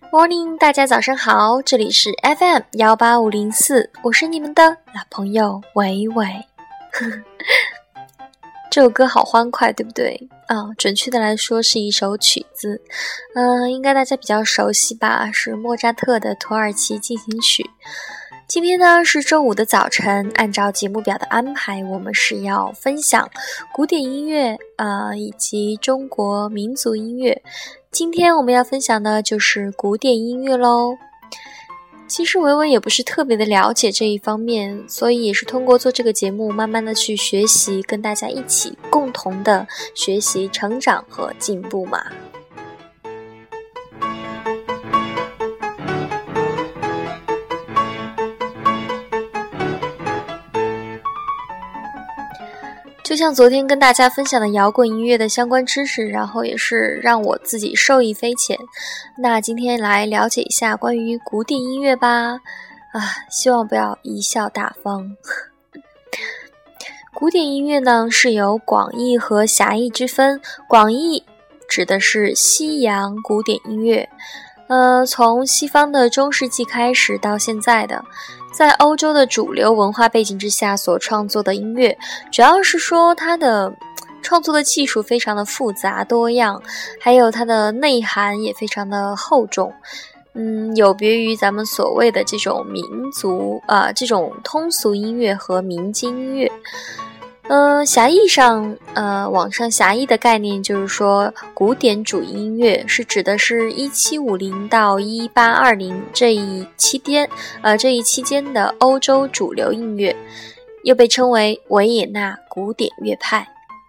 Morning， 大家早上好，这里是 FM18504，我是你们的老朋友伟伟。这首歌好欢快，对不对？准确的来说是一首曲子，应该大家比较熟悉吧，是莫扎特的土耳其进行曲。今天呢是周五的早晨，按照节目表的安排，我们是要分享古典音乐以及中国民族音乐。今天我们要分享的就是古典音乐咯。其实维维也不是特别的了解这一方面，所以也是通过做这个节目慢慢的去学习，跟大家一起共同的学习成长和进步嘛。就像昨天跟大家分享的摇滚音乐的相关知识，然后也是让我自己受益匪浅。那今天来了解一下关于古典音乐吧。希望不要贻笑大方。古典音乐呢是有广义和狭义之分，广义指的是西洋古典音乐，从西方的中世纪开始到现在的，在欧洲的主流文化背景之下所创作的音乐，主要是说它的创作的技术非常的复杂多样，还有它的内涵也非常的厚重，有别于咱们所谓的这种民族这种通俗音乐和民间音乐。狭义上网上狭义的概念就是说，古典主义音乐是指的是1750到1820这一期间的欧洲主流音乐，又被称为维也纳古典乐派。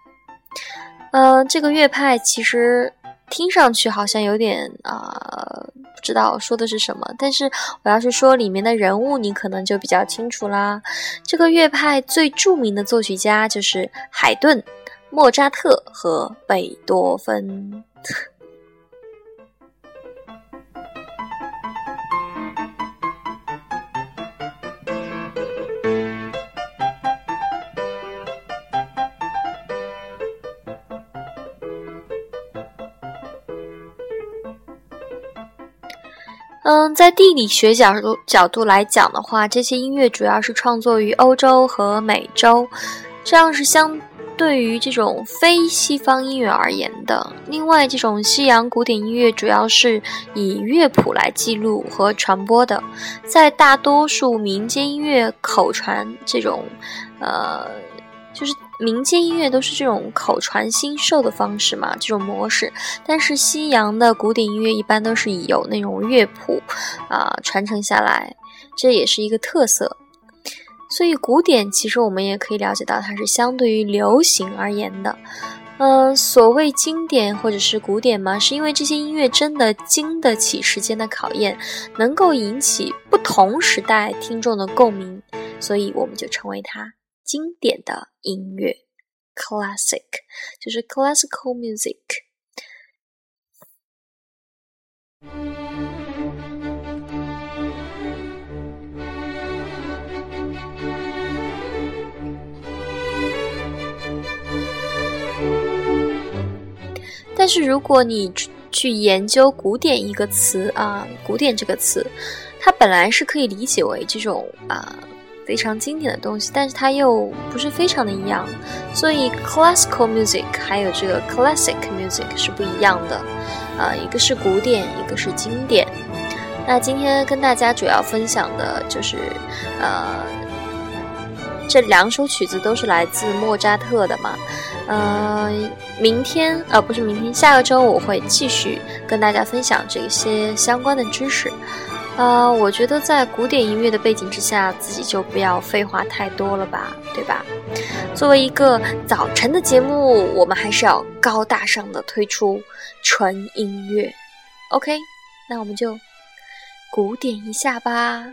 这个乐派其实听上去好像有点不知道说的是什么，但是我要是说里面的人物，你可能就比较清楚啦。这个乐派最著名的作曲家就是海顿、莫扎特和贝多芬。在地理学角度来讲的话，这些音乐主要是创作于欧洲和美洲，这样是相对于这种非西方音乐而言的。另外，这种西洋古典音乐主要是以乐谱来记录和传播的，在大多数民间音乐口传这种就是民间音乐都是这种口传心授的方式嘛，这种模式。但是西洋的古典音乐一般都是以有那种乐谱传承下来，这也是一个特色。所以古典其实我们也可以了解到，它是相对于流行而言的。所谓经典或者是古典嘛，是因为这些音乐真的经得起时间的考验，能够引起不同时代听众的共鸣，所以我们就称为它经典的音乐 classic， 就是 classical music。 但是如果你去研究古典一个词古典这个词，它本来是可以理解为这种非常经典的东西，但是它又不是非常的一样，所以 classical music 还有这个 classic music 是不一样的，一个是古典，一个是经典。那今天跟大家主要分享的就是这两首曲子都是来自莫扎特的嘛。下个周我会继续跟大家分享这些相关的知识。我觉得在古典音乐的背景之下，自己就不要废话太多了吧，对吧？作为一个早晨的节目，我们还是要高大上的推出纯音乐。 OK， 那我们就古典一下吧。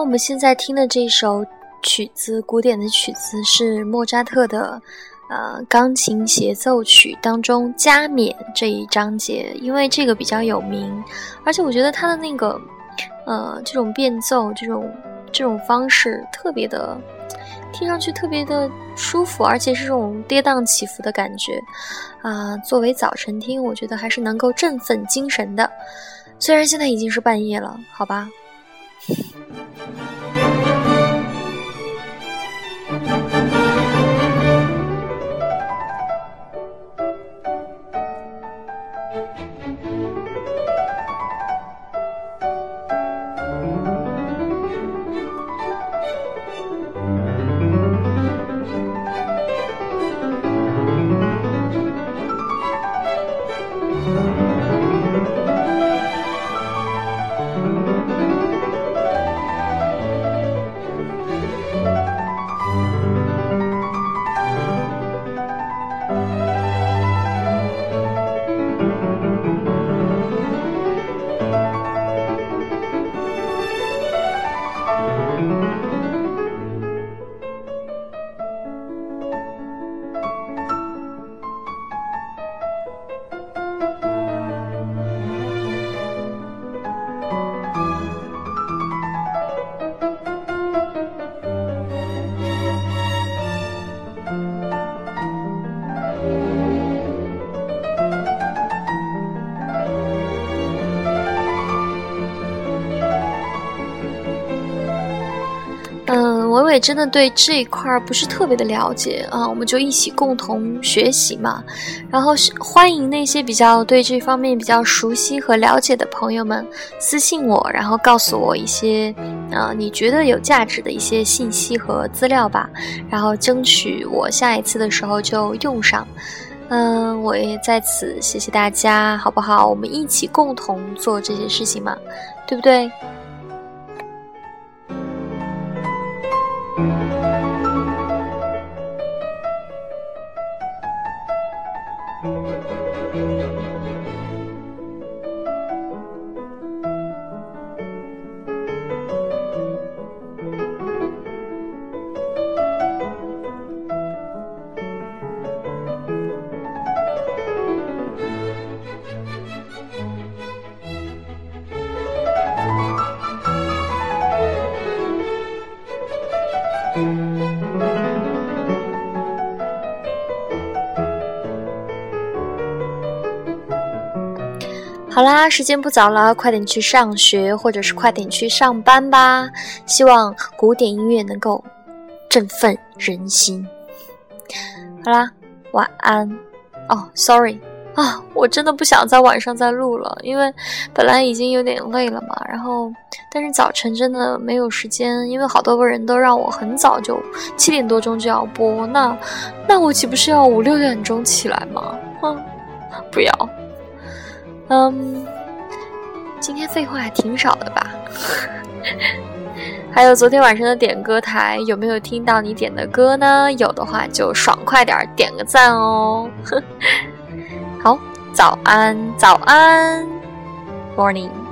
我们现在听的这首曲子，古典的曲子是莫扎特的钢琴协奏曲当中加冕这一章节，因为这个比较有名，而且我觉得他的那个这种变奏这种方式特别的听上去特别的舒服，而且是这种跌宕起伏的感觉作为早晨听我觉得还是能够振奋精神的，虽然现在已经是半夜了，好吧。伟伟真的对这一块不是特别的了解我们就一起共同学习嘛。然后欢迎那些比较对这方面比较熟悉和了解的朋友们私信我，然后告诉我一些你觉得有价值的一些信息和资料吧，然后争取我下一次的时候就用上。我也在此谢谢大家，好不好？我们一起共同做这些事情嘛，对不对？好啦，时间不早了，快点去上学或者是快点去上班吧，希望古典音乐能够振奋人心。好啦，晚安。sorry 我真的不想在晚上再录了，因为本来已经有点累了嘛，然后但是早晨真的没有时间，因为好多个人都让我很早就7点多钟就要播，那我岂不是要5、6点钟起来吗？不要。今天废话还挺少的吧。还有昨天晚上的点歌台，有没有听到你点的歌呢？有的话就爽快点点个赞哦。好，早安 Morning。